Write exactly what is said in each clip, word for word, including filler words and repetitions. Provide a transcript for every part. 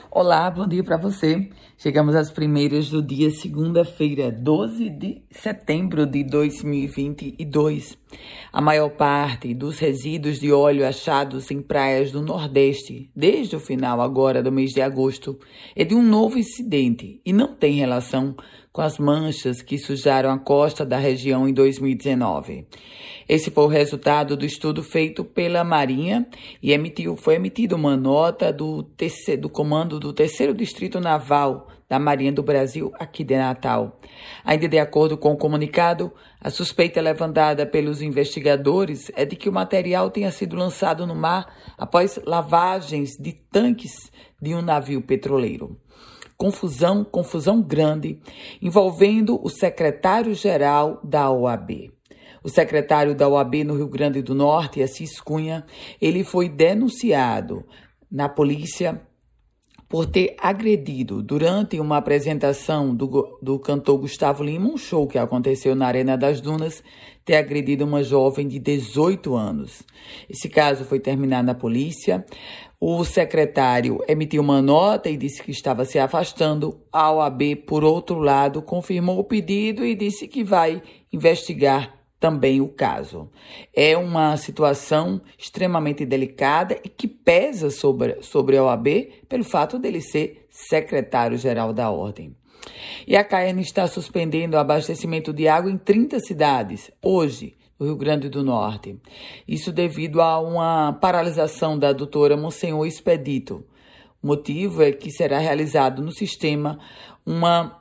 Olá, bom dia para você. Chegamos às primeiras do dia segunda-feira, doze de setembro de dois mil e vinte e dois. A maior parte dos resíduos de óleo achados em praias do Nordeste, desde o final agora do mês de agosto, é de um novo incidente e não tem relação com as manchas que sujaram a costa da região em dois mil e dezenove. Esse foi o resultado do estudo feito pela Marinha e emitiu, foi emitida uma nota do, terceiro, do comando do terceiro Distrito Naval da Marinha do Brasil, aqui de Natal. Ainda de acordo com o comunicado, a suspeita levantada pelos investigadores é de que o material tenha sido lançado no mar após lavagens de tanques de um navio petroleiro. Confusão, confusão grande, envolvendo o secretário-geral da O A B. O secretário da O A B no Rio Grande do Norte, Assis Cunha, ele foi denunciado na polícia por ter agredido, durante uma apresentação do, do cantor Gustavo Lima, um show que aconteceu na Arena das Dunas, ter agredido uma jovem de dezoito anos. Esse caso foi terminado na polícia. O secretário emitiu uma nota e disse que estava se afastando. A O A B, por outro lado, confirmou o pedido e disse que vai investigar também o caso. É uma situação extremamente delicada e que pesa sobre, sobre a O A B pelo fato dele ser secretário-geral da Ordem. E a CAERN está suspendendo o abastecimento de água em trinta cidades, hoje, no Rio Grande do Norte. Isso devido a uma paralisação da doutora Monsenhor Expedito. O motivo é que será realizado no sistema uma,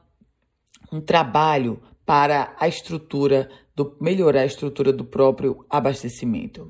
um trabalho para a estrutura do, melhorar a estrutura do próprio abastecimento.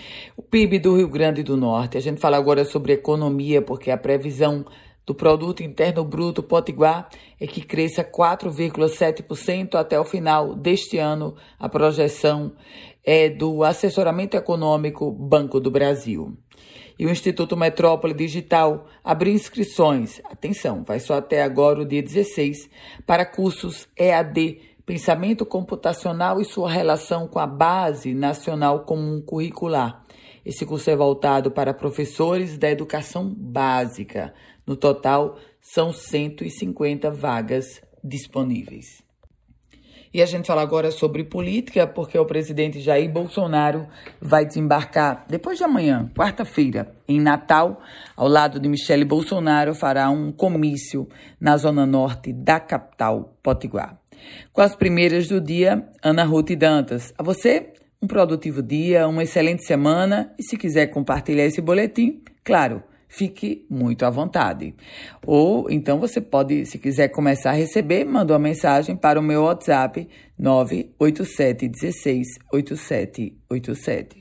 O P I B do Rio Grande do Norte, a gente fala agora sobre economia, porque a previsão do Produto Interno Bruto Potiguar é que cresça quatro vírgula sete por cento até o final deste ano. A projeção é do Assessoramento Econômico Banco do Brasil. E o Instituto Metrópole Digital abriu inscrições, atenção, vai só até agora o dia dezesseis, para cursos E A D, Pensamento Computacional e sua relação com a Base Nacional Comum Curricular. Esse curso é voltado para professores da educação básica. No total, são cento e cinquenta vagas disponíveis. E a gente fala agora sobre política, porque o presidente Jair Bolsonaro vai desembarcar depois de amanhã, quarta-feira, em Natal, ao lado de Michele Bolsonaro, fará um comício na zona norte da capital Potiguar. Com as primeiras do dia, Ana Ruth Dantas. A você, um produtivo dia, uma excelente semana e se quiser compartilhar esse boletim, claro, fique muito à vontade. Ou então você pode, se quiser começar a receber, manda uma mensagem para o meu WhatsApp nove oito sete um seis oito sete oito sete.